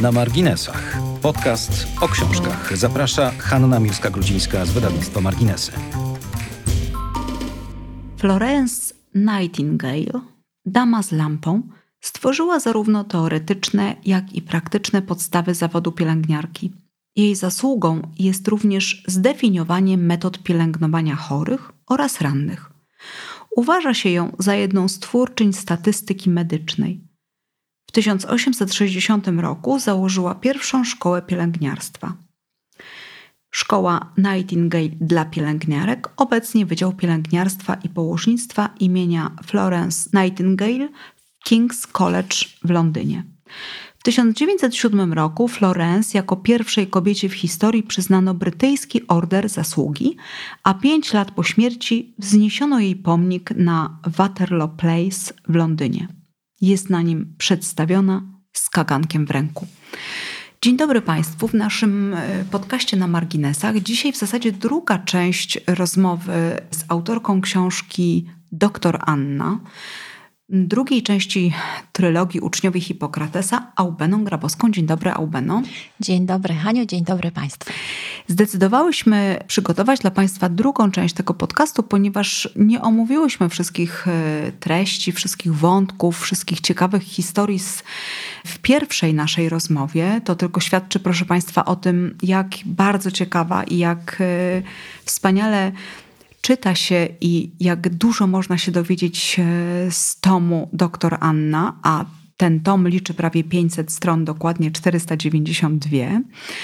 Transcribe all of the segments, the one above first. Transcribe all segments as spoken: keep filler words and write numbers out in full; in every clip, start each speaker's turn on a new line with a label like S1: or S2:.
S1: Na marginesach. Podcast o książkach. Zaprasza Hanna Milska-Grudzińska z wydawnictwa Marginesy.
S2: Florence Nightingale, dama z lampą, stworzyła zarówno teoretyczne, jak i praktyczne podstawy zawodu pielęgniarki. Jej zasługą jest również zdefiniowanie metod pielęgnowania chorych oraz rannych. Uważa się ją za jedną z twórczyń statystyki medycznej. W tysiąc osiemset sześćdziesiątym roku założyła pierwszą szkołę pielęgniarstwa. Szkoła Nightingale dla pielęgniarek, obecnie Wydział Pielęgniarstwa i Położnictwa imienia Florence Nightingale w King's College w Londynie. W tysiąc dziewięćset siódmym roku Florence jako pierwszej kobiecie w historii przyznano brytyjski Order Zasługi, a pięć lat po śmierci wzniesiono jej pomnik na Waterloo Place w Londynie. Jest na nim przedstawiona z kagankiem w ręku. Dzień dobry Państwu. W naszym podcaście na marginesach dzisiaj w zasadzie druga część rozmowy z autorką książki doktor Anna, drugiej części trylogii uczniowej Hipokratesa, Aubeną Grabowską. Dzień dobry, Aubeno.
S3: Dzień dobry, Haniu, dzień dobry Państwu.
S2: Zdecydowałyśmy przygotować dla Państwa drugą część tego podcastu, ponieważ nie omówiłyśmy wszystkich treści, wszystkich wątków, wszystkich ciekawych historii z, w pierwszej naszej rozmowie. To tylko świadczy, proszę Państwa, o tym, jak bardzo ciekawa i jak wspaniale czyta się i jak dużo można się dowiedzieć z tomu doktor Anna, a ten tom liczy prawie pięćset stron, dokładnie czterysta dziewięćdziesiąt dwa.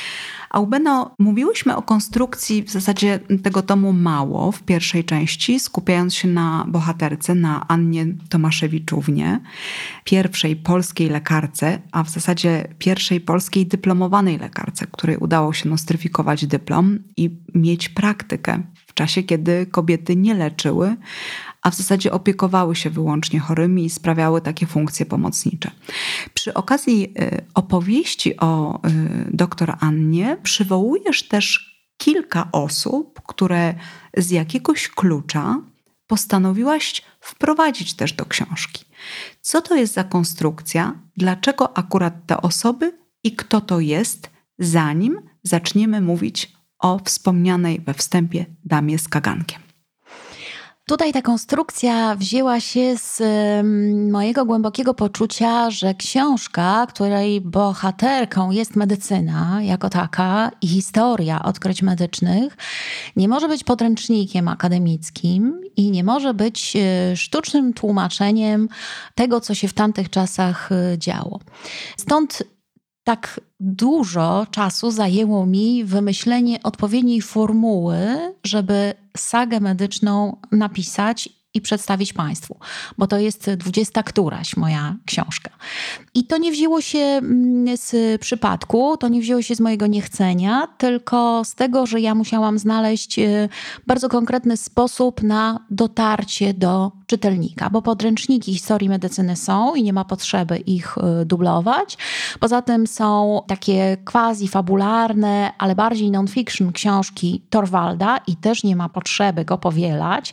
S2: Aubeno, mówiłyśmy o konstrukcji w zasadzie tego tomu mało w pierwszej części, skupiając się na bohaterce, na Annie Tomaszewiczównie, pierwszej polskiej lekarce, a w zasadzie pierwszej polskiej dyplomowanej lekarce, której udało się nostryfikować dyplom i mieć praktykę w czasie, kiedy kobiety nie leczyły, a w zasadzie opiekowały się wyłącznie chorymi i sprawiały takie funkcje pomocnicze. Przy okazji opowieści o doktor Annie przywołujesz też kilka osób, które z jakiegoś klucza postanowiłaś wprowadzić też do książki. Co to jest za konstrukcja? Dlaczego akurat te osoby i kto to jest, zanim zaczniemy mówić o wspomnianej we wstępie damie z kagankiem?
S3: Tutaj ta konstrukcja wzięła się z mojego głębokiego poczucia, że książka, której bohaterką jest medycyna jako taka i historia odkryć medycznych, nie może być podręcznikiem akademickim i nie może być sztucznym tłumaczeniem tego, co się w tamtych czasach działo. Stąd tak dużo czasu zajęło mi wymyślenie odpowiedniej formuły, żeby sagę medyczną napisać i przedstawić Państwu, bo to jest dwudziesta któraś moja książka. I to nie wzięło się z przypadku, to nie wzięło się z mojego niechcenia, tylko z tego, że ja musiałam znaleźć bardzo konkretny sposób na dotarcie do czytelnika, bo podręczniki historii medycyny są i nie ma potrzeby ich dublować. Poza tym są takie quasi-fabularne, ale bardziej non-fiction książki Torwalda i też nie ma potrzeby go powielać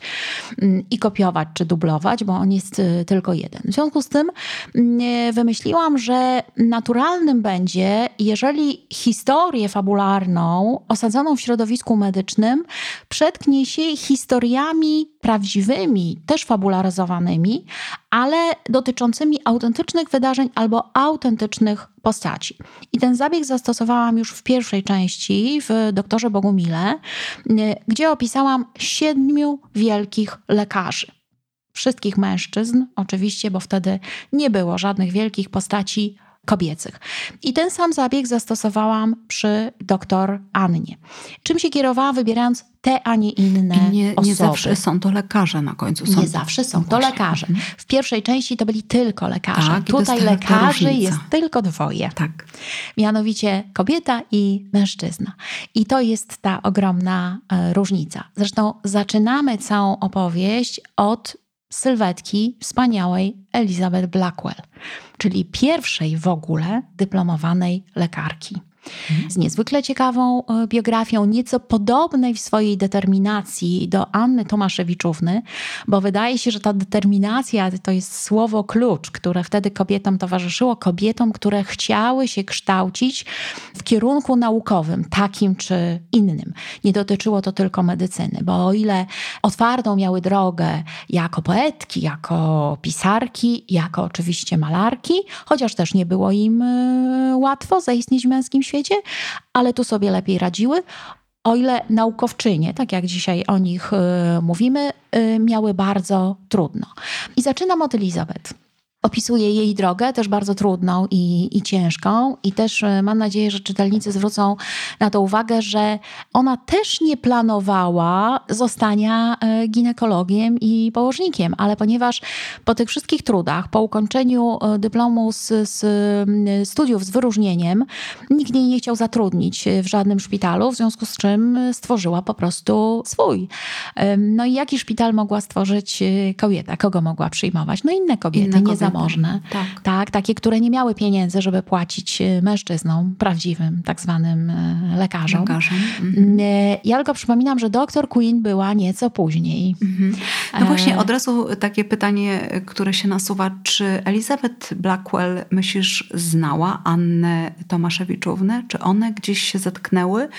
S3: i kopiować czy dublować, bo on jest tylko jeden. W związku z tym wymyśliłam, że naturalnym będzie, jeżeli historię fabularną osadzoną w środowisku medycznym przetknie się historiami prawdziwymi, też fabularyzowanymi, ale dotyczącymi autentycznych wydarzeń albo autentycznych postaci. I ten zabieg zastosowałam już w pierwszej części w Doktorze Bogumile, gdzie opisałam siedmiu wielkich lekarzy. Wszystkich mężczyzn, oczywiście, bo wtedy nie było żadnych wielkich postaci kobiecych. I ten sam zabieg zastosowałam przy doktor Annie. Czym się kierowałam, wybierając te, a nie inne
S2: I nie,
S3: osoby.
S2: Nie zawsze są to lekarze na końcu. Są
S3: nie zawsze są to
S2: właśnie
S3: lekarze. W pierwszej części to byli tylko lekarze.
S2: Tak,
S3: tutaj lekarzy jest tylko dwoje.
S2: Tak.
S3: Mianowicie kobieta i mężczyzna. I to jest ta ogromna e, różnica. Zresztą zaczynamy całą opowieść od sylwetki wspaniałej Elizabeth Blackwell, czyli pierwszej w ogóle dyplomowanej lekarki. z niezwykle ciekawą biografią, nieco podobnej w swojej determinacji do Anny Tomaszewiczówny, bo wydaje się, że ta determinacja to jest słowo klucz, które wtedy kobietom towarzyszyło, kobietom, które chciały się kształcić w kierunku naukowym, takim czy innym. Nie dotyczyło to tylko medycyny, bo o ile otwartą miały drogę jako poetki, jako pisarki, jako oczywiście malarki, chociaż też nie było im łatwo zaistnieć w męskim świecie, ale tu sobie lepiej radziły. O ile naukowczynie, tak jak dzisiaj o nich y, mówimy, y, miały bardzo trudno. I zaczynam od Elizabeth. Opisuję jej drogę, też bardzo trudną i, i ciężką. I też mam nadzieję, że czytelnicy zwrócą na to uwagę, że ona też nie planowała zostania ginekologiem i położnikiem, ale ponieważ po tych wszystkich trudach, po ukończeniu dyplomu z, z studiów z wyróżnieniem, nikt jej nie chciał zatrudnić w żadnym szpitalu, w związku z czym stworzyła po prostu swój. No i jaki szpital mogła stworzyć kobieta? Kogo mogła przyjmować? No inne kobiety, inne kobiety. Niezamożne. Tak. tak, takie, które nie miały pieniędzy, żeby płacić mężczyznom, prawdziwym tak zwanym lekarzom.
S2: lekarzom. Mhm.
S3: Ja tylko przypominam, że doktor Queen była nieco później.
S2: Mhm. No właśnie, od razu takie pytanie, które się nasuwa. Czy Elizabeth Blackwell, myślisz, znała Annę Tomaszewiczównę? Czy one gdzieś się zetknęły?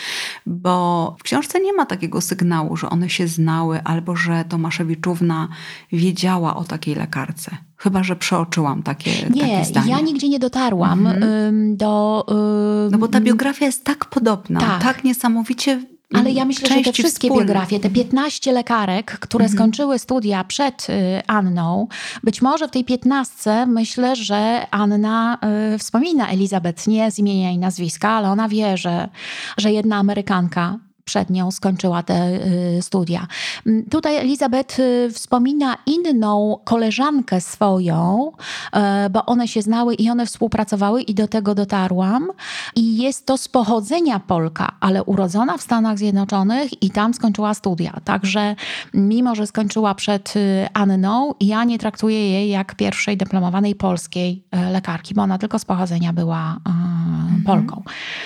S2: Bo w książce nie ma takiego sygnału, że one się znały albo że Tomaszewiczówna wiedziała o takiej lekarce. Chyba że przeoczyłam takie,
S3: nie,
S2: takie zdanie.
S3: Nie, ja nigdzie nie dotarłam mm-hmm. do... Ym...
S2: No bo ta biografia jest tak podobna, tak, tak niesamowicie.
S3: Ale ja myślę, że te wszystkie
S2: wspólne.
S3: biografie, te piętnaście lekarek, które mm-hmm. skończyły studia przed y, Anną, być może w tej piętnastce myślę, że Anna y, wspomina Elizabeth nie z imienia i nazwiska, ale ona wie, że, że jedna Amerykanka przed nią skończyła te y, studia. Tutaj Elizabeth y, wspomina inną koleżankę swoją, y, bo one się znały i one współpracowały i do tego dotarłam. I jest to z pochodzenia Polka, ale urodzona w Stanach Zjednoczonych i tam skończyła studia. Także mimo, że skończyła przed y, Anną, ja nie traktuję jej jak pierwszej dyplomowanej polskiej y, lekarki, bo ona tylko z pochodzenia była y, mhm. Polką.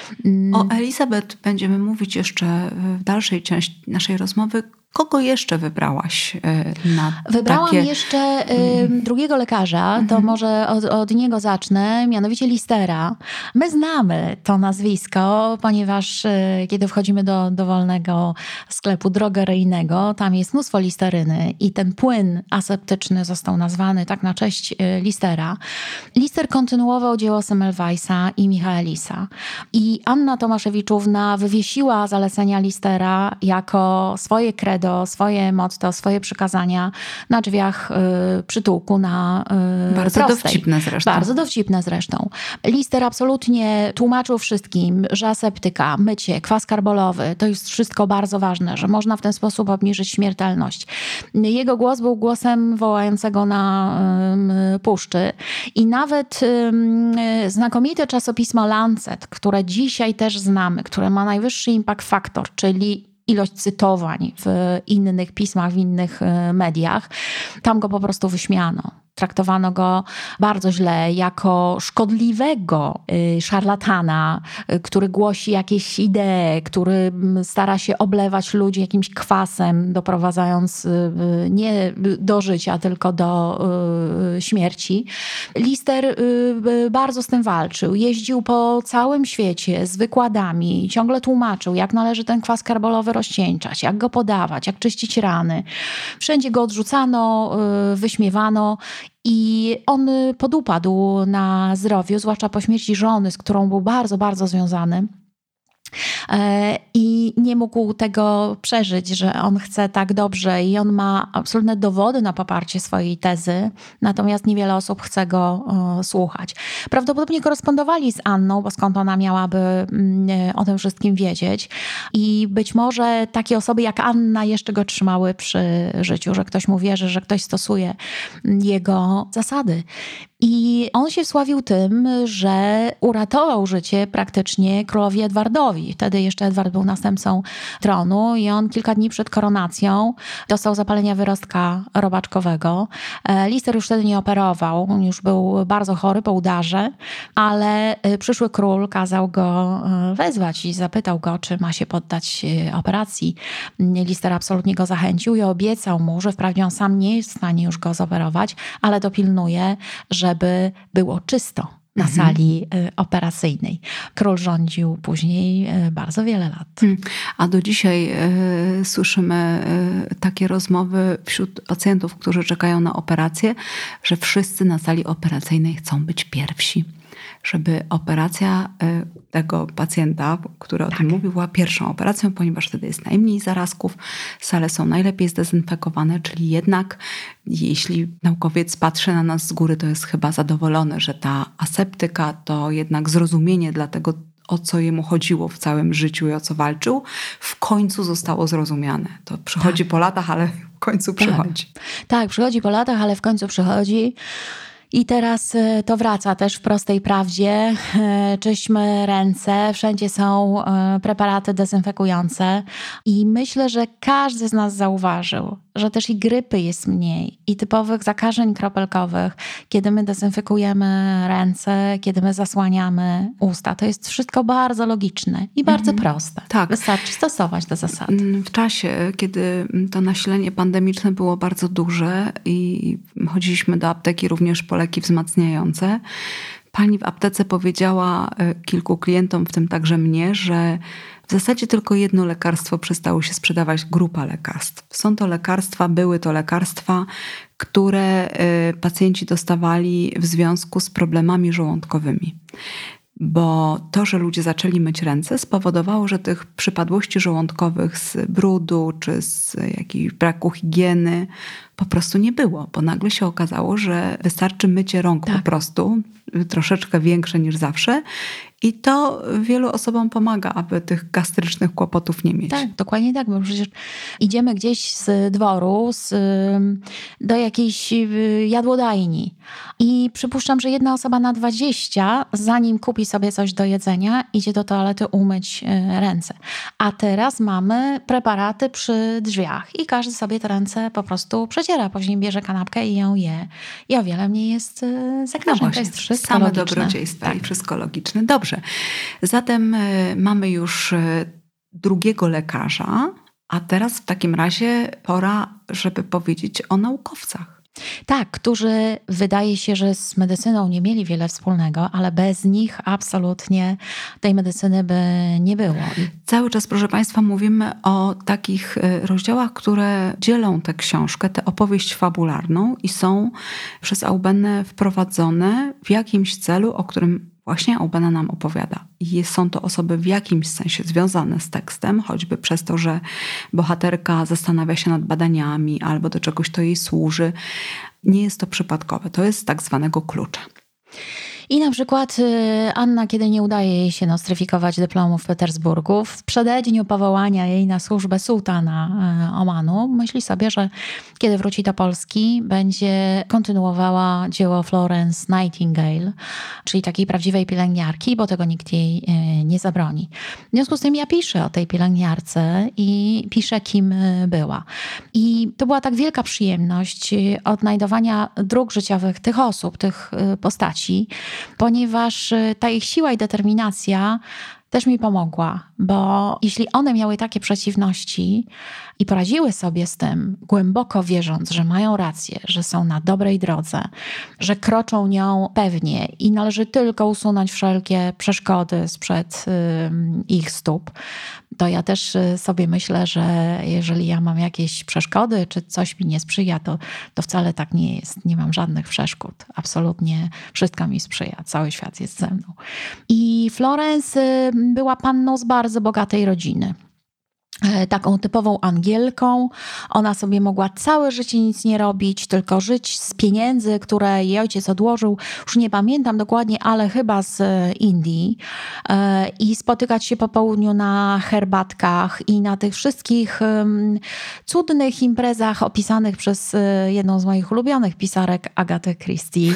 S2: O Elizabeth będziemy mówić jeszcze w dalszej części naszej rozmowy. Kogo jeszcze wybrałaś na
S3: Wybrałam
S2: takie...
S3: jeszcze y, drugiego lekarza, to mm-hmm. może od, od niego zacznę, mianowicie Listera. My znamy to nazwisko, ponieważ y, kiedy wchodzimy do dowolnego sklepu drogeryjnego, tam jest mnóstwo listeryny i ten płyn aseptyczny został nazwany tak na cześć y, Listera. Lister kontynuował dzieło Semmelweisa i Michaelisa. I Anna Tomaszewiczówna wywiesiła zalecenia Listera jako swoje credo, swoje motto, swoje przykazania na drzwiach y, przytułku na y,
S2: Bardzo
S3: prostej.
S2: dowcipne zresztą.
S3: Bardzo dowcipne zresztą. Lister absolutnie tłumaczył wszystkim, że aseptyka, mycie, kwas karbolowy to jest wszystko bardzo ważne, że można w ten sposób obniżyć śmiertelność. Jego głos był głosem wołającego na y, puszczy i nawet y, znakomite czasopismo Lancet, które dzisiaj też znamy, które ma najwyższy impact factor, czyli ilość cytowań w innych pismach, w innych mediach. Tam go po prostu wyśmiano. Traktowano go bardzo źle jako szkodliwego szarlatana, który głosi jakieś idee, który stara się oblewać ludzi jakimś kwasem, doprowadzając nie do życia, tylko do śmierci. Lister bardzo z tym walczył. Jeździł po całym świecie z wykładami, ciągle tłumaczył, jak należy ten kwas karbolowy rozcieńczać, jak go podawać, jak czyścić rany. Wszędzie go odrzucano, wyśmiewano. I on podupadł na zdrowiu, zwłaszcza po śmierci żony, z którą był bardzo, bardzo związany. I nie mógł tego przeżyć, że on chce tak dobrze i on ma absolutne dowody na poparcie swojej tezy, natomiast niewiele osób chce go słuchać. Prawdopodobnie korespondowali z Anną, bo skąd ona miałaby o tym wszystkim wiedzieć i być może takie osoby jak Anna jeszcze go trzymały przy życiu, że ktoś mu wierzy, że ktoś stosuje jego zasady. I on się wsławił tym, że uratował życie praktycznie królowi Edwardowi. Wtedy jeszcze Edward był następcą tronu i on kilka dni przed koronacją dostał zapalenia wyrostka robaczkowego. Lister już wtedy nie operował, on już był bardzo chory po udarze, ale przyszły król kazał go wezwać i zapytał go, czy ma się poddać operacji. Lister absolutnie go zachęcił i obiecał mu, że wprawdzie on sam nie jest w stanie już go zoperować, ale dopilnuje, żeby było czysto na mhm. sali operacyjnej. Król rządził później bardzo wiele lat.
S2: A do dzisiaj y, słyszymy y, takie rozmowy wśród pacjentów, którzy czekają na operację, że wszyscy na sali operacyjnej chcą być pierwsi. Żeby operacja y, tego pacjenta, który o tak. tym mówił, była pierwszą operacją, ponieważ wtedy jest najmniej zarazków, sale są najlepiej zdezynfekowane, czyli jednak jeśli naukowiec patrzy na nas z góry, to jest chyba zadowolony, że ta aseptyka to jednak zrozumienie dla tego, o co jemu chodziło w całym życiu i o co walczył, w końcu zostało zrozumiane. To przychodzi tak. po latach, ale w końcu
S3: tak.
S2: przychodzi.
S3: Tak, przychodzi po latach, ale w końcu przychodzi. I teraz to wraca też w prostej prawdzie. Czyśmy ręce, wszędzie są preparaty dezynfekujące i myślę, że każdy z nas zauważył, że też i grypy jest mniej i typowych zakażeń kropelkowych, kiedy my dezynfekujemy ręce, kiedy my zasłaniamy usta. To jest wszystko bardzo logiczne i bardzo mhm. proste.
S2: Tak.
S3: Wystarczy stosować te zasady.
S2: W czasie, kiedy to nasilenie pandemiczne było bardzo duże i chodziliśmy do apteki również po leki wzmacniające, pani w aptece powiedziała kilku klientom, w tym także mnie, że w zasadzie tylko jedno lekarstwo przestało się sprzedawać, grupa lekarstw. Są to lekarstwa, były to lekarstwa, które pacjenci dostawali w związku z problemami żołądkowymi. Bo to, że ludzie zaczęli myć ręce, spowodowało, że tych przypadłości żołądkowych z brudu czy z jakiegoś braku higieny po prostu nie było. Bo nagle się okazało, że wystarczy mycie rąk tak. po prostu, troszeczkę większe niż zawsze. I to wielu osobom pomaga, aby tych gastrycznych kłopotów nie mieć.
S3: Tak, dokładnie tak, bo przecież idziemy gdzieś z dworu z, do jakiejś jadłodajni i przypuszczam, że jedna osoba na dwadzieścia, zanim kupi sobie coś do jedzenia, idzie do toalety umyć ręce. A teraz mamy preparaty przy drzwiach i każdy sobie te ręce po prostu przeciera. Później bierze kanapkę i ją je. I o wiele mniej jest zakażeń. No
S2: to jest wszystko same logiczne. Dobrodziejstwa tak. i wszystko logiczne. Dobrze. Zatem mamy już drugiego lekarza, a teraz w takim razie pora, żeby powiedzieć o naukowcach.
S3: Tak, którzy wydaje się, że z medycyną nie mieli wiele wspólnego, ale bez nich absolutnie tej medycyny by nie było.
S2: Cały czas, proszę Państwa, mówimy o takich rozdziałach, które dzielą tę książkę, tę opowieść fabularną i są przez Aubenę wprowadzone w jakimś celu, o którym właśnie Aubena nam opowiada. I są to osoby w jakimś sensie związane z tekstem, choćby przez to, że bohaterka zastanawia się nad badaniami albo do czegoś to jej służy. Nie jest to przypadkowe. To jest z tak zwanego klucza.
S3: I na przykład Anna, kiedy nie udaje jej się nostryfikować dyplomu w Petersburgu, w przededniu powołania jej na służbę sułtana Omanu, myśli sobie, że kiedy wróci do Polski, będzie kontynuowała dzieło Florence Nightingale, czyli takiej prawdziwej pielęgniarki, bo tego nikt jej nie zabroni. W związku z tym ja piszę o tej pielęgniarce i piszę, kim była. I to była tak wielka przyjemność odnajdowania dróg życiowych tych osób, tych postaci, ponieważ ta ich siła i determinacja też mi pomogła, bo jeśli one miały takie przeciwności i poradziły sobie z tym, głęboko wierząc, że mają rację, że są na dobrej drodze, że kroczą nią pewnie i należy tylko usunąć wszelkie przeszkody sprzed y, ich stóp, to ja też sobie myślę, że jeżeli ja mam jakieś przeszkody, czy coś mi nie sprzyja, to, to wcale tak nie jest. Nie mam żadnych przeszkód. Absolutnie wszystko mi sprzyja. Cały świat jest ze mną. I Florence była panną z bardzo bogatej rodziny. taką typową Angielką. Ona sobie mogła całe życie nic nie robić, tylko żyć z pieniędzy, które jej ojciec odłożył, już nie pamiętam dokładnie, ale chyba z Indii, i spotykać się po południu na herbatkach i na tych wszystkich cudnych imprezach opisanych przez jedną z moich ulubionych pisarek, Agatę Christie.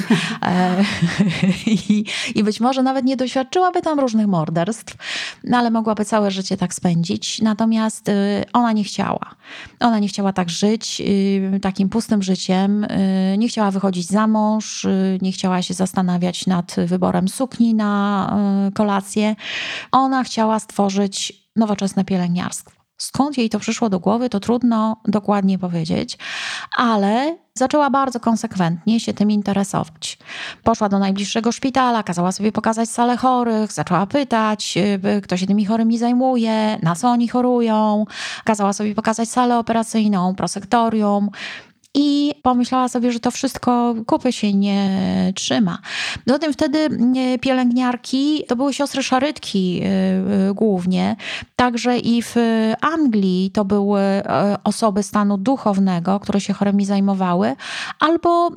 S3: I, I być może nawet nie doświadczyłaby tam różnych morderstw, no ale mogłaby całe życie tak spędzić. Natomiast ona nie chciała. Ona nie chciała tak żyć, takim pustym życiem. Nie chciała wychodzić za mąż, nie chciała się zastanawiać nad wyborem sukni na kolację. Ona chciała stworzyć nowoczesne pielęgniarstwo. Skąd jej to przyszło do głowy, to trudno dokładnie powiedzieć, ale zaczęła bardzo konsekwentnie się tym interesować. Poszła do najbliższego szpitala, kazała sobie pokazać salę chorych, zaczęła pytać, kto się tymi chorymi zajmuje, na co oni chorują. Kazała sobie pokazać salę operacyjną, prosektorium. I pomyślała sobie, że to wszystko kupy się nie trzyma. Zatem wtedy pielęgniarki to były siostry szarytki głównie. Także i w Anglii to były osoby stanu duchownego, które się chorymi zajmowały. Albo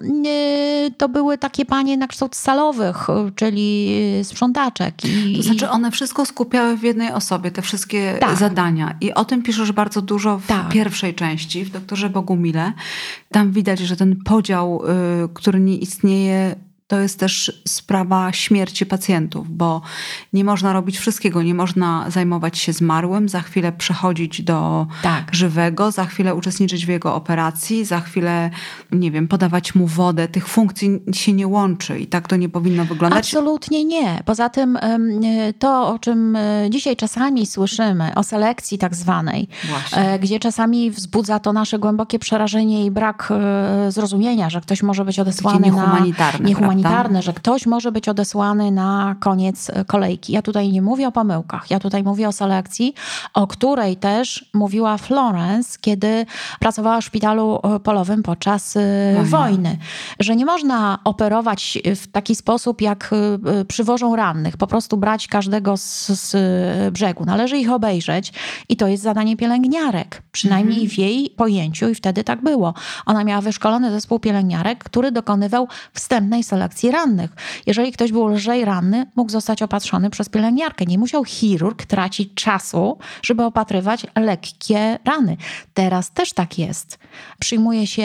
S3: to były takie panie na kształt salowych, czyli sprzątaczek. I,
S2: to znaczy one wszystko skupiały w jednej osobie, te wszystkie tak. zadania. I o tym piszesz bardzo dużo w tak. pierwszej części, w Doktorze Bogumile. Tam widać, że ten podział, y, który nie istnieje, to jest też sprawa śmierci pacjentów, bo nie można robić wszystkiego. Nie można zajmować się zmarłym, za chwilę przechodzić do tak. żywego, za chwilę uczestniczyć w jego operacji, za chwilę, nie wiem, podawać mu wodę. Tych funkcji się nie łączy i tak to nie powinno wyglądać.
S3: Absolutnie nie. Poza tym to, o czym dzisiaj czasami słyszymy, o selekcji tak zwanej, Właśnie. gdzie czasami wzbudza to nasze głębokie przerażenie i brak zrozumienia, że ktoś może być odesłany
S2: Takie niehumanitarne,
S3: na... niehumanitarne że ktoś może być odesłany na koniec kolejki. Ja tutaj nie mówię o pomyłkach, ja tutaj mówię o selekcji, o której też mówiła Florence, kiedy pracowała w szpitalu polowym podczas Wojna. wojny. Że nie można operować w taki sposób, jak przywożą rannych, po prostu brać każdego z, z brzegu. Należy ich obejrzeć i to jest zadanie pielęgniarek, przynajmniej mhm. w jej pojęciu i wtedy tak było. Ona miała wyszkolony zespół pielęgniarek, który dokonywał wstępnej selekcji rannych. Jeżeli ktoś był lżej ranny, mógł zostać opatrzony przez pielęgniarkę. Nie musiał chirurg tracić czasu, żeby opatrywać lekkie rany. Teraz też tak jest. Przyjmuje się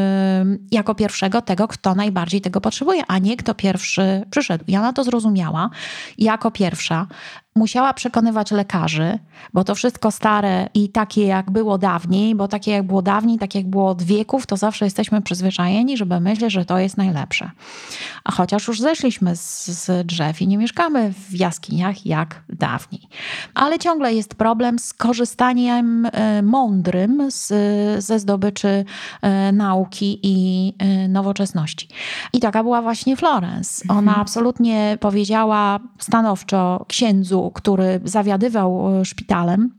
S3: yy, jako pierwszego tego, kto najbardziej tego potrzebuje, a nie kto pierwszy przyszedł. Ja na to zrozumiała. Jako pierwsza musiała przekonywać lekarzy, bo to wszystko stare i takie jak było dawniej, bo takie jak było dawniej, takie jak było od wieków, to zawsze jesteśmy przyzwyczajeni, żeby myśleć, że to jest najlepsze. A chociaż już zeszliśmy z, z drzew i nie mieszkamy w jaskiniach jak dawniej. Ale ciągle jest problem z korzystaniem e, mądrym z, ze zdobyczy e, nauki i e, nowoczesności. I taka była właśnie Florence. Ona mhm. absolutnie powiedziała stanowczo księdzu, który zawiadywał szpitalem,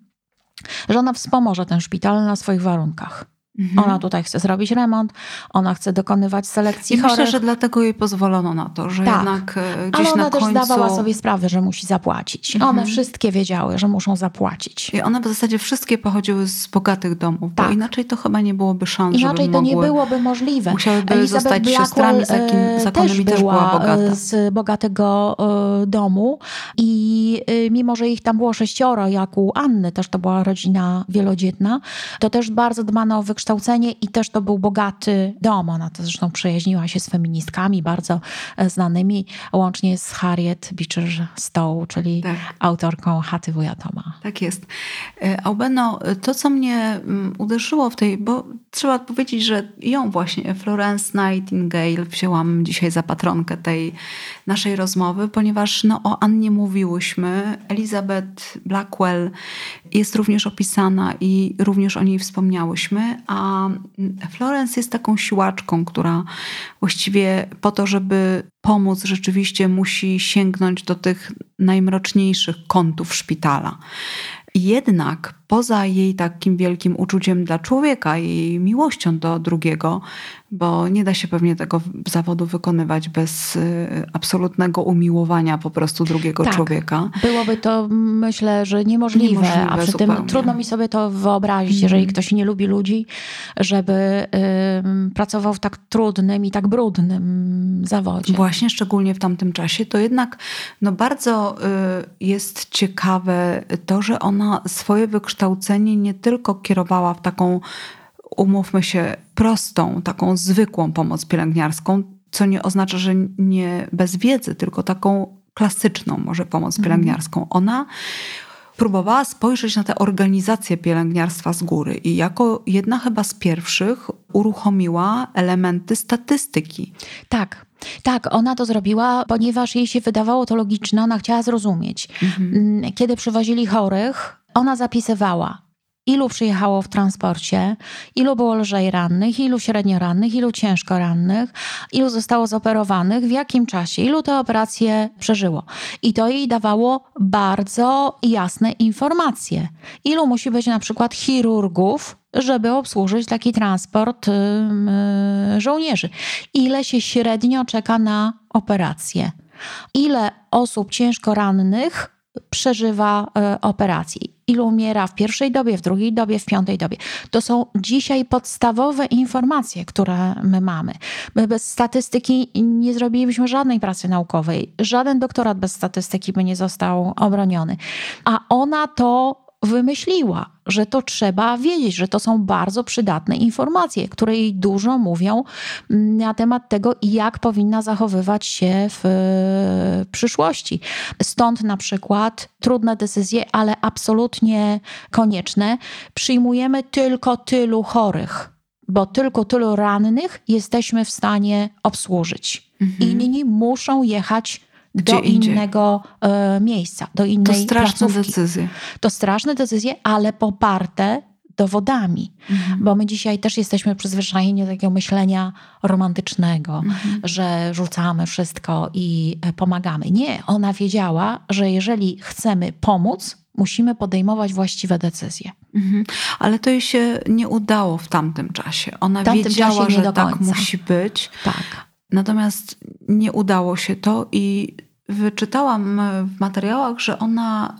S3: że ona wspomoże ten szpital na swoich warunkach. Mhm. Ona tutaj chce zrobić remont, ona chce dokonywać selekcji
S2: I
S3: chorych.
S2: myślę, że dlatego jej pozwolono na to, że
S3: tak.
S2: jednak gdzieś
S3: Ale ona
S2: na
S3: też
S2: końcu...
S3: zdawała sobie sprawę, że musi zapłacić. Mhm. One wszystkie wiedziały, że muszą zapłacić.
S2: I one w zasadzie wszystkie pochodziły z bogatych domów, tak. bo inaczej to chyba nie byłoby szans,
S3: Inaczej
S2: żeby
S3: to
S2: mogły...
S3: nie byłoby możliwe.
S2: Musiałyby
S3: Elizabeth
S2: zostać
S3: Blackwell
S2: siostrami zakonnymi, też była, była bogata.
S3: z bogatego domu i mimo, że ich tam było sześcioro, jak u Anny, też to była rodzina wielodzietna, to też bardzo dbano o wykształcenie i też to był bogaty dom. Ona to zresztą przyjaźniła się z feministkami bardzo znanymi, łącznie z Harriet Beecher Stowe, czyli tak. autorką Chaty wuja Toma.
S2: Tak jest. Aubeno, to co mnie uderzyło w tej, bo trzeba powiedzieć, że ją właśnie, Florence Nightingale, wzięłam dzisiaj za patronkę tej naszej rozmowy, ponieważ no, o Annie mówiłyśmy. Elizabeth Blackwell jest również opisana i również o niej wspomniałyśmy, a Florence jest taką siłaczką, która właściwie po to, żeby pomóc, rzeczywiście musi sięgnąć do tych najmroczniejszych kątów szpitala. Jednak poza jej takim wielkim uczuciem dla człowieka, jej miłością do drugiego, bo nie da się pewnie tego zawodu wykonywać bez absolutnego umiłowania po prostu drugiego
S3: tak,
S2: człowieka.
S3: Byłoby to, myślę, że niemożliwe, niemożliwe a przy zupełnie. tym trudno mi sobie to wyobrazić, mm. jeżeli ktoś nie lubi ludzi, żeby y, pracował w tak trudnym i tak brudnym zawodzie.
S2: Właśnie, szczególnie w tamtym czasie. To jednak no, bardzo y, jest ciekawe to, że ona swoje wykształcenie nie tylko kierowała w taką, umówmy się, prostą, taką zwykłą pomoc pielęgniarską, co nie oznacza, że nie bez wiedzy, tylko taką klasyczną może pomoc pielęgniarską. Ona próbowała spojrzeć na tę organizację pielęgniarstwa z góry i jako jedna chyba z pierwszych uruchomiła elementy statystyki.
S3: Tak. Tak, ona to zrobiła, ponieważ jej się wydawało to logiczne, ona chciała zrozumieć. Mhm. Kiedy przywozili chorych, ona zapisywała, ilu przyjechało w transporcie, ilu było lżej rannych, ilu średnio rannych, ilu ciężko rannych, ilu zostało zoperowanych, w jakim czasie, ilu te operacje przeżyło. I to jej dawało bardzo jasne informacje. Ilu musi być na przykład chirurgów, żeby obsłużyć taki transport yy, żołnierzy. Ile się średnio czeka na operację. Ile osób ciężko rannych przeżywa y, operację. Ilu umiera w pierwszej dobie, w drugiej dobie, w piątej dobie. To są dzisiaj podstawowe informacje, które my mamy. My bez statystyki nie zrobilibyśmy żadnej pracy naukowej. Żaden doktorat bez statystyki by nie został obroniony. A ona to wymyśliła, że to trzeba wiedzieć, że to są bardzo przydatne informacje, które jej dużo mówią na temat tego, jak powinna zachowywać się w przyszłości. Stąd na przykład trudne decyzje, ale absolutnie konieczne. Przyjmujemy tylko tylu chorych, bo tylko tylu rannych jesteśmy w stanie obsłużyć. Mhm. Inni muszą jechać do innego y, miejsca, do innej placówki.
S2: To straszne placówki. decyzje.
S3: To straszne decyzje, ale poparte dowodami. Mhm. Bo my dzisiaj też jesteśmy przyzwyczajeni do takiego myślenia romantycznego, mhm. że rzucamy wszystko i pomagamy. Nie, ona wiedziała, że jeżeli chcemy pomóc, musimy podejmować właściwe decyzje.
S2: Mhm. Ale to jej się nie udało w tamtym czasie. Ona wiedziała, że tak musi być.
S3: Tak.
S2: Natomiast nie udało się to i wyczytałam w materiałach, że ona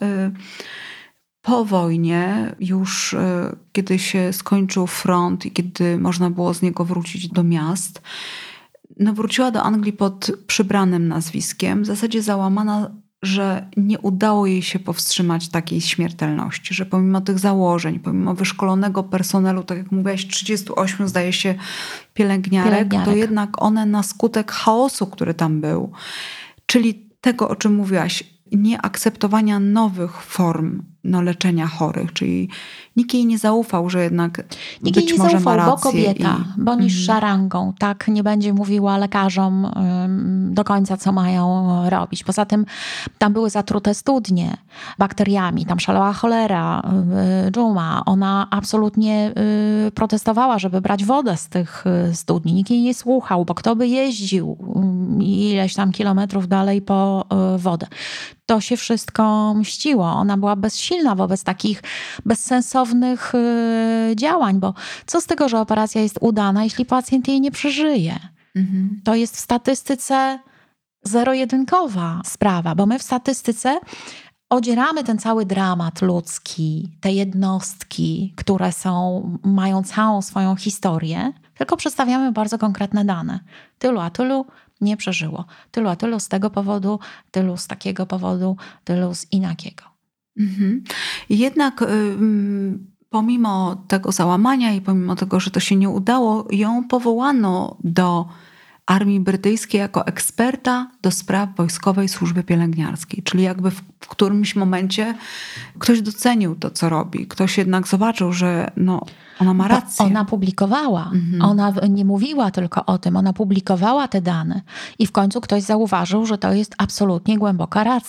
S2: po wojnie, już kiedy się skończył front i kiedy można było z niego wrócić do miast, no wróciła do Anglii pod przybranym nazwiskiem, w zasadzie załamana, że nie udało jej się powstrzymać takiej śmiertelności, że pomimo tych założeń, pomimo wyszkolonego personelu, tak jak mówiłaś, trzydziestu ośmiu zdaje się pielęgniarek, pielęgniarek, to jednak one na skutek chaosu, który tam był, czyli tego, o czym mówiłaś, nieakceptowania nowych form no, leczenia chorych, czyli nikt jej nie zaufał, że jednak
S3: nikt
S2: być
S3: jej nie
S2: może
S3: zaufał,
S2: ma rację.
S3: Bo kobieta, i... bo niższa mm. rangą, tak nie będzie mówiła lekarzom ym, do końca, co mają robić. Poza tym tam były zatrute studnie bakteriami, tam szalała cholera, yy, dżuma. Ona absolutnie yy, protestowała, żeby brać wodę z tych yy, studni. Nikt jej nie słuchał, bo kto by jeździł yy, ileś tam kilometrów dalej po yy, wodę. To się wszystko mściło. Ona była bezsilna wobec takich bezsensownych yy, działań, bo co z tego, że operacja jest udana, jeśli pacjent jej nie przeżyje? Mhm. To jest w statystyce zero-jedynkowa sprawa, bo my w statystyce odzieramy ten cały dramat ludzki, te jednostki, które są, mają całą swoją historię, tylko przedstawiamy bardzo konkretne dane. Tylu a tylu nie przeżyło. Tylu a tylu z tego powodu, tylu z takiego powodu, tylu z inakiego.
S2: Mhm. Jednak ym, pomimo tego załamania i pomimo tego, że to się nie udało, ją powołano do armii brytyjskiej jako eksperta do spraw wojskowej służby pielęgniarskiej. Czyli jakby w, w którymś momencie ktoś docenił to, co robi. Ktoś jednak zobaczył, że no, ona ma rację.
S3: Bo ona publikowała. Mhm. Ona nie mówiła tylko o tym. Ona publikowała te dane. I w końcu ktoś zauważył, że to jest absolutnie głęboka racja.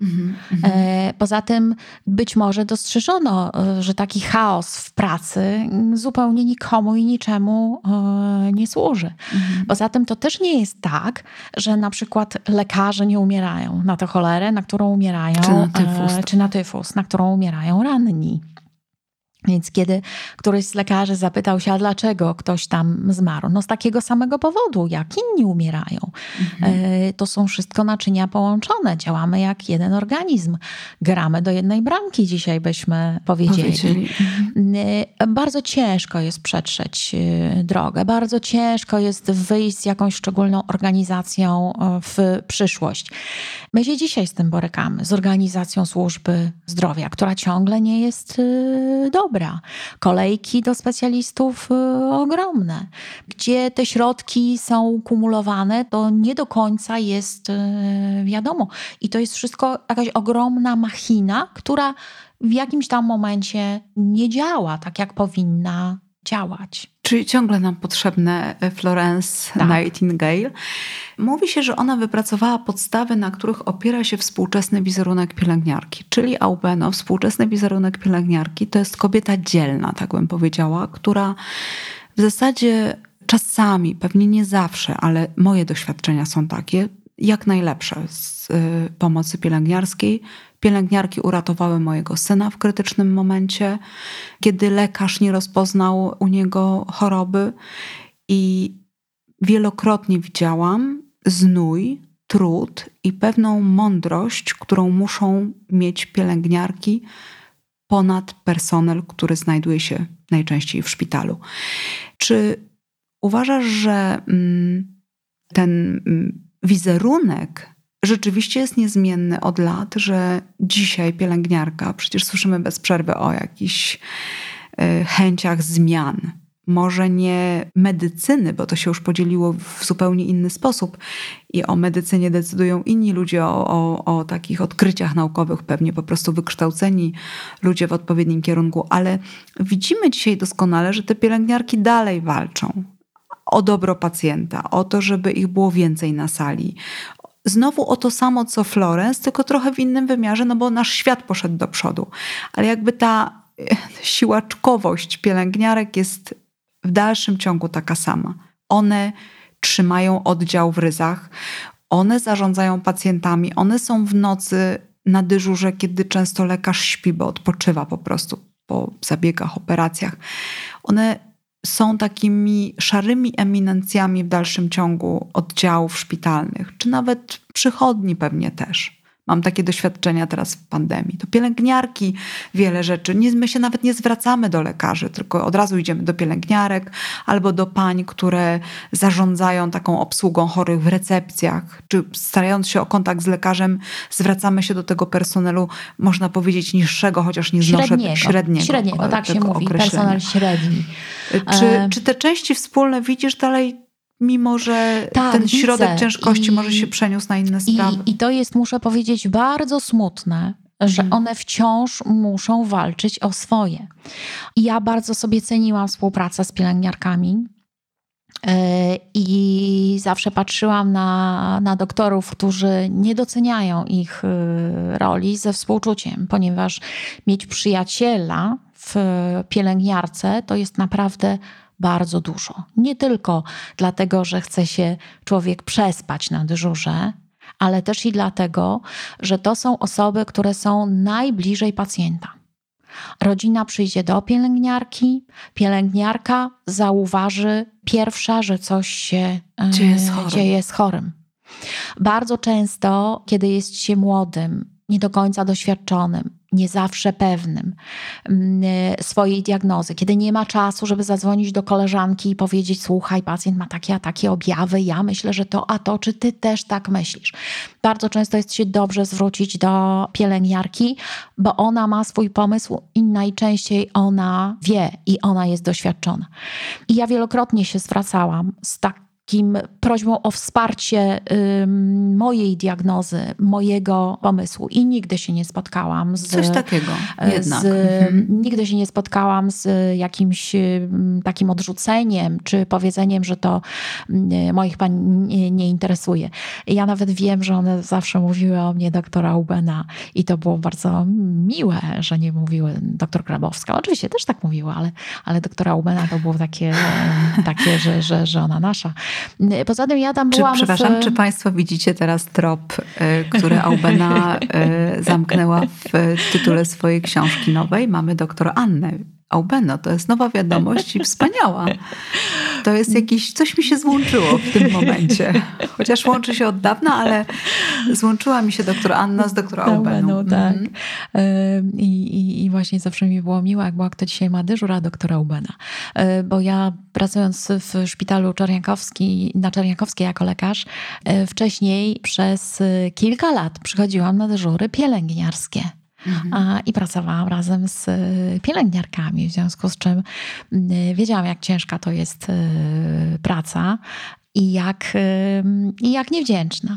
S2: Mhm,
S3: e, poza tym być może dostrzeżono, że taki chaos w pracy zupełnie nikomu i niczemu e, nie służy.
S2: mhm.
S3: Poza tym to też nie jest tak, że na przykład lekarze nie umierają na tę cholerę, na którą umierają,
S2: Czy na tyfus.
S3: e, czy na tyfus, na którą umierają ranni. Więc kiedy któryś z lekarzy zapytał się, a dlaczego ktoś tam zmarł? No z takiego samego powodu, jak inni umierają.
S2: Mhm.
S3: E, to są wszystko naczynia połączone. Działamy jak jeden organizm. Gramy do jednej bramki, dzisiaj byśmy powiedzieli.
S2: Powiedzieli.
S3: E, Bardzo ciężko jest przetrzeć e, drogę. Bardzo ciężko jest wyjść z jakąś szczególną organizacją e, w przyszłość. My się dzisiaj z tym borykamy, z organizacją służby zdrowia, która ciągle nie jest e, dobra. Dobra. Kolejki do specjalistów y, ogromne. Gdzie te środki są kumulowane, to nie do końca jest y, wiadomo. I to jest wszystko jakaś ogromna machina, która w jakimś tam momencie nie działa tak, jak powinna działać.
S2: Czyli ciągle nam potrzebne Florence
S3: Tak.
S2: Nightingale. Mówi się, że ona wypracowała podstawy, na których opiera się współczesny wizerunek pielęgniarki. Czyli Aubeno, współczesny wizerunek pielęgniarki, to jest kobieta dzielna, tak bym powiedziała, która w zasadzie czasami, pewnie nie zawsze, ale moje doświadczenia są takie, jak najlepsze z y, pomocy pielęgniarskiej. Pielęgniarki uratowały mojego syna w krytycznym momencie, kiedy lekarz nie rozpoznał u niego choroby i wielokrotnie widziałam znój, trud i pewną mądrość, którą muszą mieć pielęgniarki ponad personel, który znajduje się najczęściej w szpitalu. Czy uważasz, że mm, ten mm, wizerunek rzeczywiście jest niezmienny od lat, że dzisiaj pielęgniarka, przecież słyszymy bez przerwy o jakichś y, chęciach zmian, może nie medycyny, bo to się już podzieliło w zupełnie inny sposób i o medycynie decydują inni ludzie, o, o, o takich odkryciach naukowych, pewnie po prostu wykształceni ludzie w odpowiednim kierunku, ale widzimy dzisiaj doskonale, że te pielęgniarki dalej walczą o dobro pacjenta, o to, żeby ich było więcej na sali. Znowu o to samo, co Florence, tylko trochę w innym wymiarze, no bo nasz świat poszedł do przodu. Ale jakby ta siłaczkowość pielęgniarek jest w dalszym ciągu taka sama. One trzymają oddział w Ryzach, one zarządzają pacjentami, one są w nocy na dyżurze, kiedy często lekarz śpi, bo odpoczywa po prostu po zabiegach, operacjach. One są takimi szarymi eminencjami w dalszym ciągu oddziałów szpitalnych, czy nawet przychodni pewnie też. Mam takie doświadczenia teraz w pandemii. To pielęgniarki wiele rzeczy. Nie, my się nawet nie zwracamy do lekarzy, tylko od razu idziemy do pielęgniarek albo do pań, które zarządzają taką obsługą chorych w recepcjach. Czy starając się o kontakt z lekarzem, zwracamy się do tego personelu, można powiedzieć, niższego, chociaż nie znoszę
S3: Średniego.
S2: średniego.
S3: Średniego, tak się mówi.
S2: określenia.
S3: Personel średni.
S2: Czy,
S3: E...
S2: czy te części wspólne widzisz dalej, mimo że
S3: tak,
S2: ten środek
S3: widzę.
S2: ciężkości
S3: I,
S2: może się przeniósł na inne sprawy?
S3: I, I to jest, muszę powiedzieć, bardzo smutne, że
S2: Mhm.
S3: one wciąż muszą walczyć o swoje. I ja bardzo sobie ceniłam współpracę z pielęgniarkami yy, i zawsze patrzyłam na, na doktorów, którzy nie doceniają ich yy, roli ze współczuciem, ponieważ mieć przyjaciela w pielęgniarce to jest naprawdę bardzo dużo. Nie tylko dlatego, że chce się człowiek przespać na dyżurze, ale też i dlatego, że to są osoby, które są najbliżej pacjenta. Rodzina przyjdzie do pielęgniarki, pielęgniarka zauważy pierwsza, że coś się
S2: dzieje z chorym.
S3: dzieje z chorym. Bardzo często, kiedy jest się młodym, nie do końca doświadczonym, nie zawsze pewnym swojej diagnozy, kiedy nie ma czasu, żeby zadzwonić do koleżanki i powiedzieć: słuchaj, pacjent ma takie a takie objawy, ja myślę, że to a to, czy ty też tak myślisz? Bardzo często jest się dobrze zwrócić do pielęgniarki, bo ona ma swój pomysł i najczęściej ona wie i ona jest doświadczona. I ja wielokrotnie się zwracałam z tak takim prośbą o wsparcie y, mojej diagnozy, mojego pomysłu i nigdy się nie spotkałam z...
S2: Coś takiego jednak.
S3: Z, mhm. Nigdy się nie spotkałam z jakimś y, takim odrzuceniem, czy powiedzeniem, że to y, moich pań nie, nie interesuje. Ja nawet wiem, że one zawsze mówiły o mnie doktora Eubena i to było bardzo miłe, że nie mówiły doktor Grabowska. Oczywiście też tak mówiła, ale, ale doktora Eubena to było takie, takie że, że, że ona nasza. Poza tym ja tam
S2: czy,
S3: byłam...
S2: Przepraszam,
S3: w...
S2: czy państwo widzicie teraz trop, który Eubena zamknęła w tytule swojej książki nowej? Mamy doktor Annę Eubeno. To jest nowa wiadomość i wspaniała. To jest jakiś... Coś mi się złączyło w tym momencie. Chociaż łączy się od dawna, ale złączyła mi się doktor Anna z doktora Eubenu.
S3: Eubenu, tak. Mm. I, i, I właśnie zawsze mi było miło, jak była kto dzisiaj ma dyżur, a doktora Eubena. Bo ja pracując w szpitalu Czerniakowski, na Czerniakowskiej jako lekarz, wcześniej przez kilka lat przychodziłam na dyżury pielęgniarskie. Mhm. I pracowałam razem z pielęgniarkami, w związku z czym wiedziałam, jak ciężka to jest praca i jak, i jak niewdzięczna.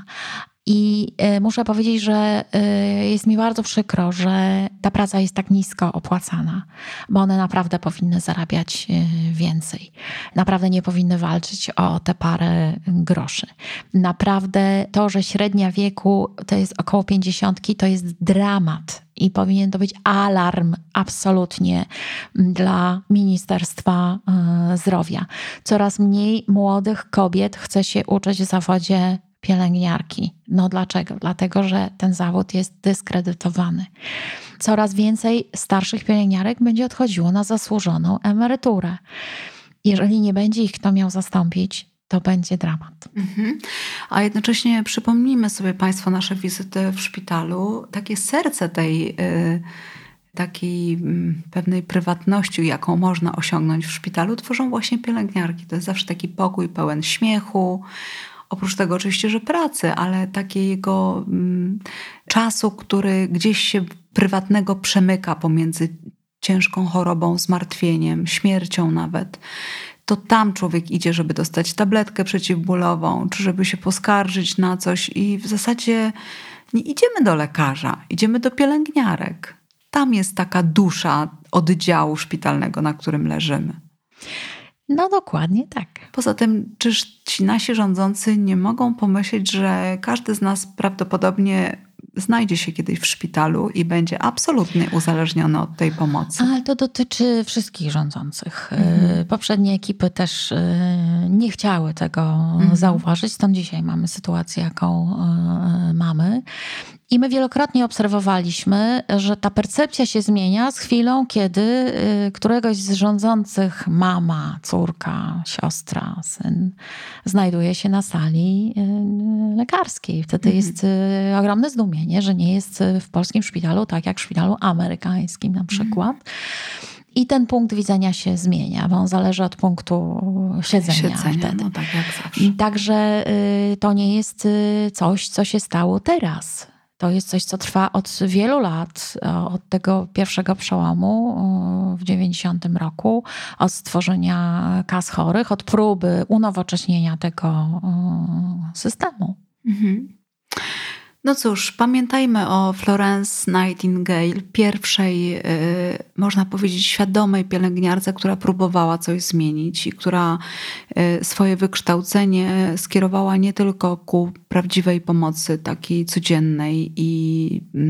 S3: I muszę powiedzieć, że jest mi bardzo przykro, że ta praca jest tak nisko opłacana, bo one naprawdę powinny zarabiać więcej. Naprawdę nie powinny walczyć o te parę groszy. Naprawdę to, że średnia wieku to jest około pięćdziesiątki, to jest dramat. I powinien to być alarm absolutnie dla Ministerstwa Zdrowia. Coraz mniej młodych kobiet chce się uczyć w zawodzie pielęgniarki. No dlaczego? Dlatego, że ten zawód jest dyskredytowany. Coraz więcej starszych pielęgniarek będzie odchodziło na zasłużoną emeryturę. Jeżeli nie będzie ich kto miał zastąpić, to będzie dramat.
S2: Mhm. A jednocześnie przypomnijmy sobie państwo nasze wizyty w szpitalu. Takie serce tej y, takiej y, pewnej prywatności, jaką można osiągnąć w szpitalu, tworzą właśnie pielęgniarki. To jest zawsze taki pokój pełen śmiechu. Oprócz tego oczywiście, że pracy, ale takiego mm, czasu, który gdzieś się prywatnego przemyka pomiędzy ciężką chorobą, zmartwieniem, śmiercią nawet. To tam człowiek idzie, żeby dostać tabletkę przeciwbólową, czy żeby się poskarżyć na coś i w zasadzie nie idziemy do lekarza, idziemy do pielęgniarek. Tam jest taka dusza oddziału szpitalnego, na którym leżymy.
S3: No dokładnie tak.
S2: Poza tym, czyż ci nasi rządzący nie mogą pomyśleć, że każdy z nas prawdopodobnie znajdzie się kiedyś w szpitalu i będzie absolutnie uzależniony od tej pomocy.
S3: Ale to dotyczy wszystkich rządzących.
S2: Mhm.
S3: Poprzednie ekipy też nie chciały tego mhm. zauważyć. Stąd dzisiaj mamy sytuację, jaką mamy. I my wielokrotnie obserwowaliśmy, że ta percepcja się zmienia z chwilą, kiedy któregoś z rządzących mama, córka, siostra, syn znajduje się na sali lekarskiej. Wtedy mhm. jest ogromne zdumienie, że nie jest w polskim szpitalu tak jak w szpitalu amerykańskim na przykład. Mhm. I ten punkt widzenia się zmienia, bo on zależy od punktu siedzenia, siedzenia wtedy.
S2: No tak jak zawsze.
S3: Także to nie jest coś, co się stało teraz. To jest coś, co trwa od wielu lat, od tego pierwszego przełomu w dziewięćdziesiątym roku, od stworzenia kas chorych, od próby unowocześnienia tego systemu.
S2: Mhm. No cóż, pamiętajmy o Florence Nightingale, pierwszej, yy, można powiedzieć, świadomej pielęgniarce, która próbowała coś zmienić i która yy, swoje wykształcenie skierowała nie tylko ku prawdziwej pomocy, takiej codziennej i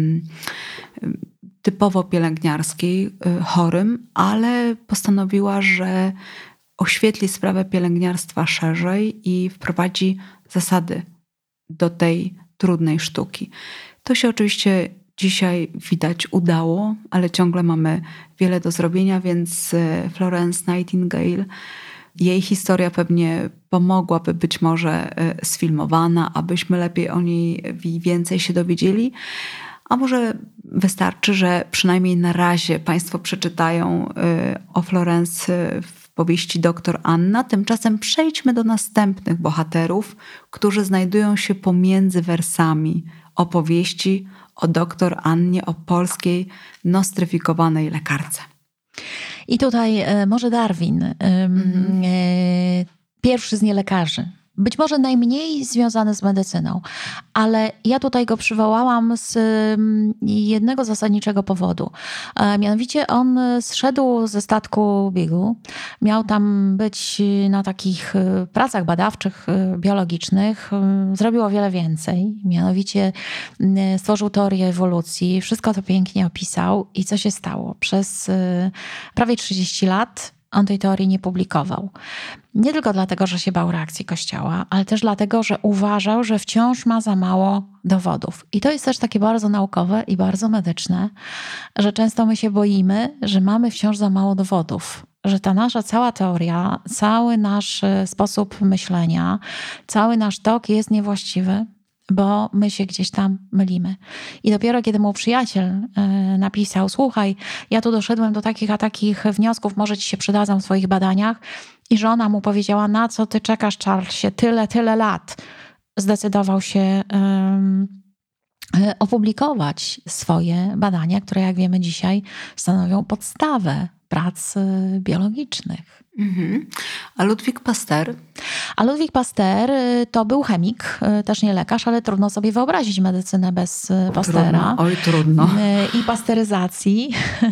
S2: yy, typowo pielęgniarskiej yy, chorym, ale postanowiła, że oświetli sprawę pielęgniarstwa szerzej i wprowadzi zasady do tej trudnej sztuki. To się oczywiście dzisiaj widać udało, ale ciągle mamy wiele do zrobienia, więc Florence Nightingale, jej historia pewnie pomogłaby być może sfilmowana, abyśmy lepiej o niej więcej się dowiedzieli. A może wystarczy, że przynajmniej na razie państwo przeczytają o Florence w powieści Doktor Anna. Tymczasem przejdźmy do następnych bohaterów, którzy znajdują się pomiędzy wersami opowieści o doktor Annie, o polskiej nostryfikowanej lekarce.
S3: I tutaj może Darwin, mhm. pierwszy z nielekarzy. być może najmniej związany z medycyną, ale ja tutaj go przywołałam z jednego zasadniczego powodu. Mianowicie on zszedł ze statku Beagle, miał tam być na takich pracach badawczych, biologicznych, zrobił o wiele więcej, mianowicie stworzył teorię ewolucji, wszystko to pięknie opisał i co się stało? Przez prawie trzydzieści lat on tej teorii nie publikował. Nie tylko dlatego, że się bał reakcji Kościoła, ale też dlatego, że uważał, że wciąż ma za mało dowodów. I to jest też takie bardzo naukowe i bardzo medyczne, że często my się boimy, że mamy wciąż za mało dowodów. Że ta nasza cała teoria, cały nasz sposób myślenia, cały nasz tok jest niewłaściwy, bo my się gdzieś tam mylimy. I dopiero kiedy mu przyjaciel napisał, słuchaj, ja tu doszedłem do takich a takich wniosków, może ci się przydadzą w swoich badaniach, i żona mu powiedziała, na co ty czekasz, Charlesie, tyle, tyle lat, zdecydował się um, opublikować swoje badania, które jak wiemy dzisiaj stanowią podstawę prac biologicznych.
S2: Mhm. A Ludwik Pasteur?
S3: A Ludwik Pasteur to był chemik, też nie lekarz, ale trudno sobie wyobrazić medycynę bez Pasteura.
S2: Trudno, oj trudno.
S3: I pasteryzacji.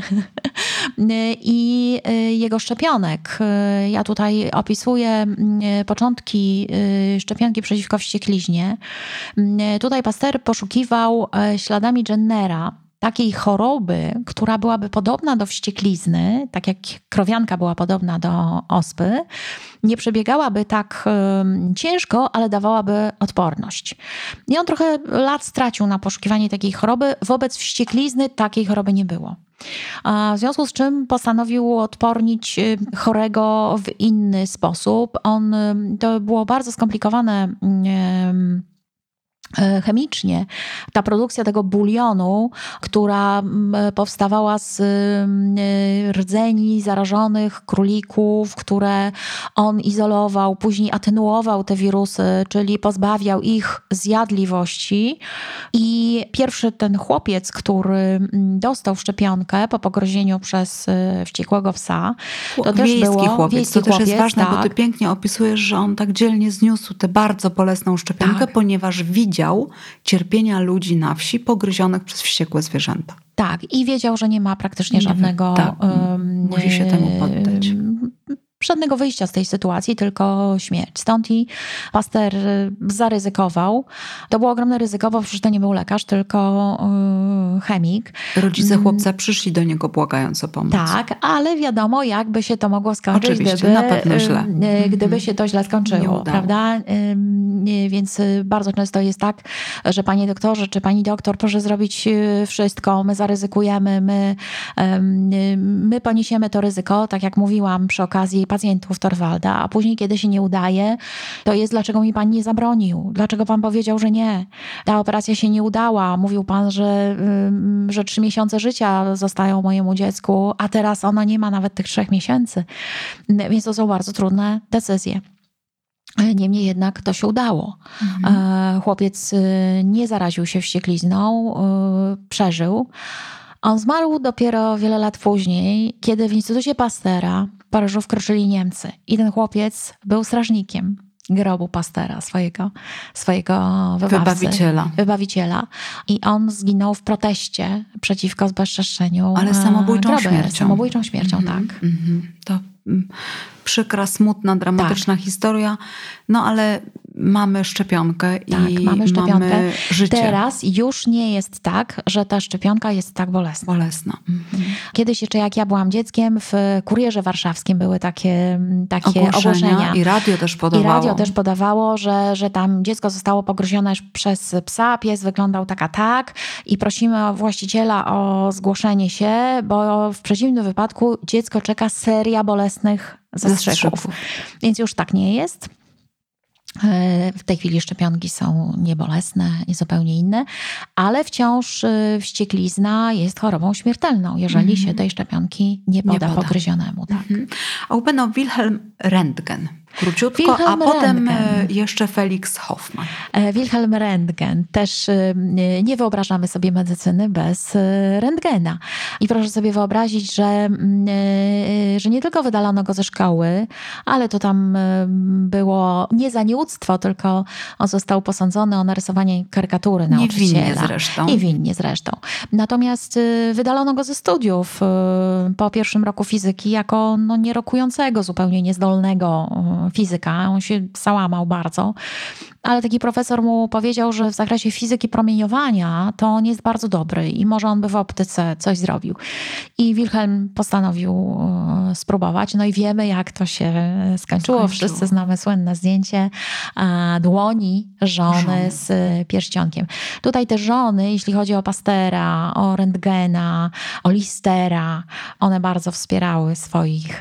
S3: I jego szczepionek. Ja tutaj opisuję początki szczepionki przeciwko wściekliźnie. Tutaj Pasteur poszukiwał śladami Jennera, takiej choroby, która byłaby podobna do wścieklizny, tak jak krowianka była podobna do ospy, nie przebiegałaby tak y, ciężko, ale dawałaby odporność. I on trochę lat stracił na poszukiwanie takiej choroby. Wobec wścieklizny takiej choroby nie było. W związku z czym postanowił odpornić chorego w inny sposób. On, to było bardzo skomplikowane y, chemicznie. Ta produkcja tego bulionu, która powstawała z rdzeni zarażonych królików, które on izolował, później atenuował te wirusy, czyli pozbawiał ich zjadliwości. I pierwszy ten chłopiec, który dostał szczepionkę po pogryzieniu przez wściekłego psa, to też
S2: wiejski
S3: było...
S2: chłopiec.
S3: Wiejski
S2: to też
S3: chłopiec,
S2: jest ważne,
S3: tak.
S2: Bo ty pięknie opisujesz, że on tak dzielnie zniósł tę bardzo bolesną szczepionkę,
S3: Tak.
S2: ponieważ widział cierpienia ludzi na wsi pogryzionych przez wściekłe zwierzęta.
S3: Tak, i wiedział, że nie ma praktycznie
S2: Nie
S3: żadnego...
S2: tak. um, Musi się temu poddać.
S3: Um, żadnego wyjścia z tej sytuacji, tylko śmierć. Stąd i Pasteur zaryzykował. To było ogromne ryzyko, bo przecież to nie był lekarz, tylko yy, chemik.
S2: Rodzice chłopca przyszli do niego błagając o pomoc.
S3: Tak, ale wiadomo, jakby się to mogło skończyć,
S2: Oczywiście,
S3: gdyby,
S2: na pewno źle.
S3: Yy, gdyby się to źle skończyło, prawda? Yy, więc bardzo często jest tak, że panie doktorze, czy pani doktor, proszę zrobić wszystko, my zaryzykujemy, my, yy, my poniesiemy to ryzyko, tak jak mówiłam przy okazji pacjentów Torwalda, a później, kiedy się nie udaje, to jest, dlaczego mi pan nie zabronił? Dlaczego pan powiedział, że nie? Ta operacja się nie udała. Mówił pan, że, że trzy miesiące życia zostają mojemu dziecku, a teraz ona nie ma nawet tych trzech miesięcy. Więc to są bardzo trudne decyzje. Niemniej jednak to się udało. Mhm. Chłopiec nie zaraził się wścieklizną, przeżył. On zmarł dopiero wiele lat później, kiedy w Instytucie Pasteura w Paryżu wkroczyli Niemcy. I ten chłopiec był strażnikiem grobu Pasteura, swojego, swojego wybawcy,
S2: wybawiciela.
S3: wybawiciela. I on zginął w proteście przeciwko zbezczeszczeniu.
S2: Ale samobójczą
S3: groby.
S2: śmiercią.
S3: Samobójczą śmiercią,
S2: mhm.
S3: tak.
S2: Mhm. To przykra, smutna, dramatyczna tak. historia. No ale mamy szczepionkę
S3: tak,
S2: i
S3: mamy, szczepionkę.
S2: mamy życie.
S3: Teraz już nie jest tak, że ta szczepionka jest tak bolesna.
S2: Bolesna. Mhm.
S3: Kiedyś jeszcze jak ja byłam dzieckiem, w Kurierze Warszawskim były takie, takie ogłoszenia.
S2: ogłoszenia. I radio też podawało.
S3: I radio też podawało, że, że tam dziecko zostało pogryzione przez psa, pies wyglądał tak a tak i prosimy właściciela o zgłoszenie się, bo w przeciwnym wypadku dziecko czeka seria bolesnych zastrzechów. zastrzechów. Więc już tak nie jest. W tej chwili szczepionki są niebolesne i zupełnie inne, ale wciąż wścieklizna jest chorobą śmiertelną, jeżeli mm-hmm. się tej szczepionki nie poda, nie poda. pogryzionemu. Tak. Mm-hmm.
S2: A u Wilhelm Röntgen, króciutko,
S3: Wilhelm
S2: a potem
S3: Röntgen.
S2: jeszcze Felix Hoffmann.
S3: Wilhelm Röntgen. Też nie wyobrażamy sobie medycyny bez rentgena. I proszę sobie wyobrazić, że, że nie tylko wydalono go ze szkoły, ale to tam było nie zaniuctwo, tylko on został posądzony o narysowanie karykatury nauczyciela.
S2: Niewinnie zresztą.
S3: Niewinnie zresztą. Natomiast wydalono go ze studiów po pierwszym roku fizyki jako no, nierokującego, zupełnie niezdolnego fizyka. On się załamał bardzo. Ale taki profesor mu powiedział, że w zakresie fizyki promieniowania to on jest bardzo dobry i może on by w optyce coś zrobił. I Wilhelm postanowił spróbować. No i wiemy, jak to się skończyło. skończyło. Wszyscy znamy słynne zdjęcie dłoni żony, żony z pierścionkiem. Tutaj te żony, jeśli chodzi o Pastera, o Röntgena, o Listera, one bardzo wspierały swoich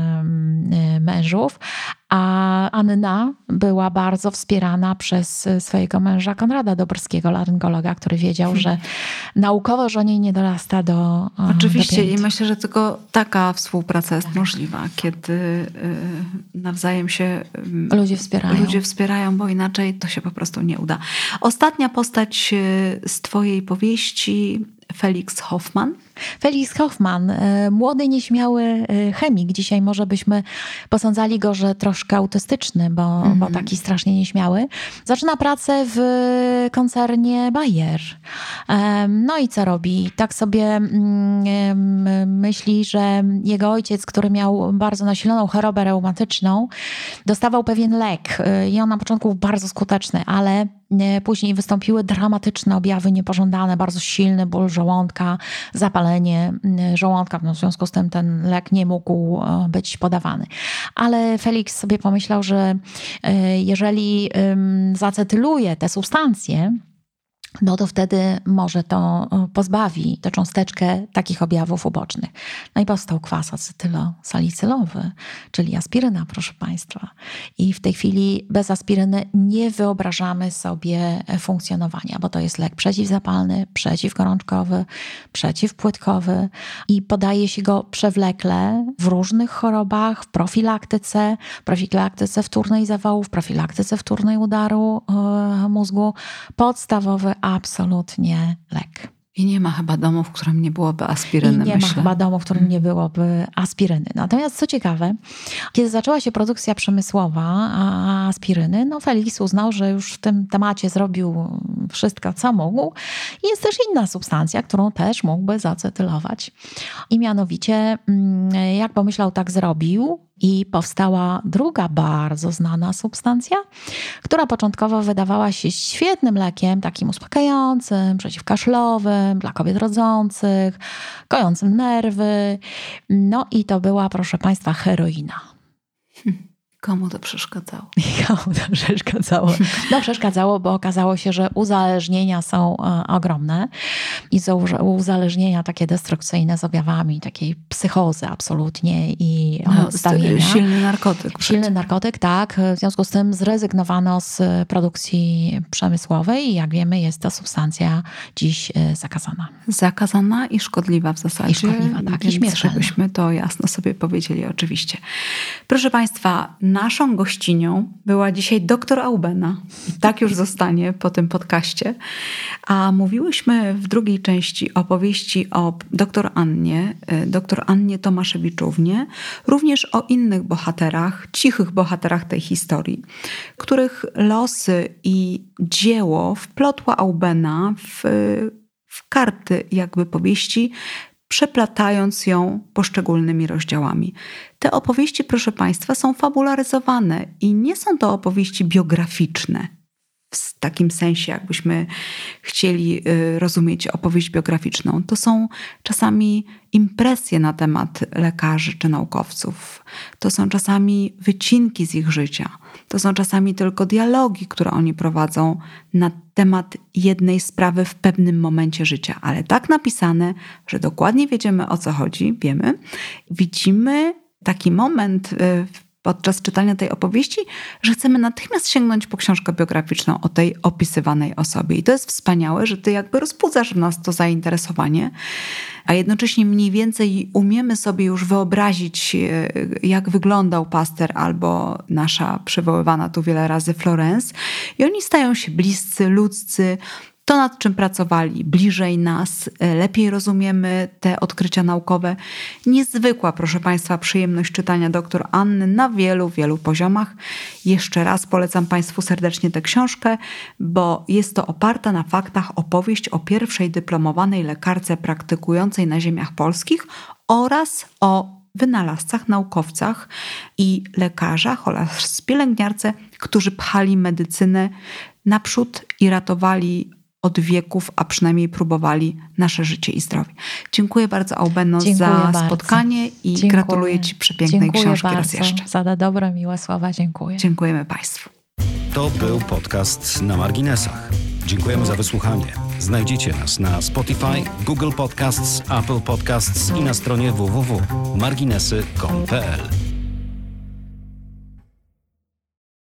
S3: mężów. A Anna była bardzo wspierana przez swojego męża Konrada Dobrskiego, laryngologa, który wiedział, hmm. że naukowo żonie nie dorasta do
S2: Oczywiście
S3: do
S2: i myślę, że tylko taka współpraca jest tak. możliwa, kiedy nawzajem się
S3: ludzie wspierają.
S2: ludzie wspierają, bo inaczej to się po prostu nie uda. Ostatnia postać z twojej powieści, Felix Hoffmann.
S3: Felix Hoffmann, młody, nieśmiały chemik. Dzisiaj może byśmy posądzali go, że troszkę autystyczny, bo, mm-hmm. bo taki strasznie nieśmiały. Zaczyna pracę w koncernie Bayer. No i co robi? Tak sobie myśli, że jego ojciec, który miał bardzo nasiloną chorobę reumatyczną, dostawał pewien lek i on na początku był bardzo skuteczny, ale później wystąpiły dramatyczne objawy niepożądane, bardzo silny ból żołądka, zapalenie żołądka. No w związku z tym ten lek nie mógł być podawany. Ale Felix sobie pomyślał, że jeżeli zacetyluje te substancje, no to wtedy może to pozbawi tę cząsteczkę takich objawów ubocznych. No i powstał kwas acetylosalicylowy, czyli aspiryna, proszę Państwa. I w tej chwili bez aspiryny nie wyobrażamy sobie funkcjonowania, bo to jest lek przeciwzapalny, przeciwgorączkowy, przeciwpłytkowy i podaje się go przewlekle w różnych chorobach, w profilaktyce, profilaktyce wtórnej zawału, w profilaktyce wtórnej udaru yy, mózgu. Podstawowy absolutnie lek.
S2: I nie ma chyba domu, w którym nie byłoby aspiryny,
S3: I nie
S2: myślę.
S3: ma chyba domu, w którym nie byłoby aspiryny. Natomiast co ciekawe, kiedy zaczęła się produkcja przemysłowa aspiryny, no Felix uznał, że już w tym temacie zrobił wszystko, co mógł. I jest też inna substancja, którą też mógłby zacetylować. I mianowicie, jak pomyślał, tak zrobił. I powstała druga bardzo znana substancja, która początkowo wydawała się świetnym lekiem, takim uspokajającym, przeciwkaszlowym, dla kobiet rodzących, kojącym nerwy. No i to była, proszę Państwa, heroina.
S2: Komu to przeszkadzało?
S3: Komu to przeszkadzało? No przeszkadzało, bo okazało się, że uzależnienia są e, ogromne i są uzależnienia takie destrukcyjne z objawami takiej psychozy absolutnie i
S2: no,
S3: odstawienia.
S2: Silny narkotyk.
S3: Silny przecież. narkotyk, tak. W związku z tym zrezygnowano z produkcji przemysłowej i jak wiemy jest to substancja dziś zakazana.
S2: Zakazana i szkodliwa w zasadzie.
S3: I szkodliwa, tak. I śmiertelna.
S2: Żebyśmy to jasno sobie powiedzieli oczywiście. Proszę Państwa, naszą gościnią była dzisiaj doktor Aubena. I tak już zostanie po tym podcaście. A mówiłyśmy w drugiej części opowieści o doktor Annie, doktor Annie Tomaszewiczównie, również o innych bohaterach, cichych bohaterach tej historii, których losy i dzieło wplotła Aubena w, w karty jakby powieści, przeplatając ją poszczególnymi rozdziałami. Te opowieści, proszę Państwa, są fabularyzowane i nie są to opowieści biograficzne. W takim sensie, jakbyśmy chcieli rozumieć opowieść biograficzną. To są czasami impresje na temat lekarzy czy naukowców. To są czasami wycinki z ich życia. To są czasami tylko dialogi, które oni prowadzą na temat jednej sprawy w pewnym momencie życia. Ale tak napisane, że dokładnie wiedziemy, o co chodzi, wiemy. Widzimy taki moment w podczas czytania tej opowieści, że chcemy natychmiast sięgnąć po książkę biograficzną o tej opisywanej osobie. I to jest wspaniałe, że ty jakby rozbudzasz w nas to zainteresowanie. a jednocześnie mniej więcej umiemy sobie już wyobrazić, jak wyglądał Pasteur albo nasza przywoływana tu wiele razy Florence. I oni stają się bliscy, ludzcy, to, nad czym pracowali, bliżej nas, lepiej rozumiemy te odkrycia naukowe. Niezwykła, proszę Państwa, przyjemność czytania doktor Anny na wielu, wielu poziomach. Jeszcze raz polecam Państwu serdecznie tę książkę, bo jest to oparta na faktach opowieść o pierwszej dyplomowanej lekarce praktykującej na ziemiach polskich oraz o wynalazcach, naukowcach i lekarzach oraz pielęgniarce, którzy pchali medycynę naprzód i ratowali od wieków, a przynajmniej próbowali nasze życie i zdrowie. Dziękuję bardzo, Aubeno,
S3: Dziękuję
S2: za
S3: bardzo.
S2: spotkanie i
S3: Dziękuję.
S2: gratuluję Ci przepięknej
S3: Dziękuję
S2: książki
S3: bardzo
S2: raz jeszcze.
S3: za dobre, miłe słowa. Dziękuję.
S2: Dziękujemy Państwu.
S1: To był podcast Na Marginesach. Dziękujemy za wysłuchanie. Znajdziecie nas na Spotify, Google Podcasts, Apple Podcasts i na stronie w w w kropka marginesy kropka p l.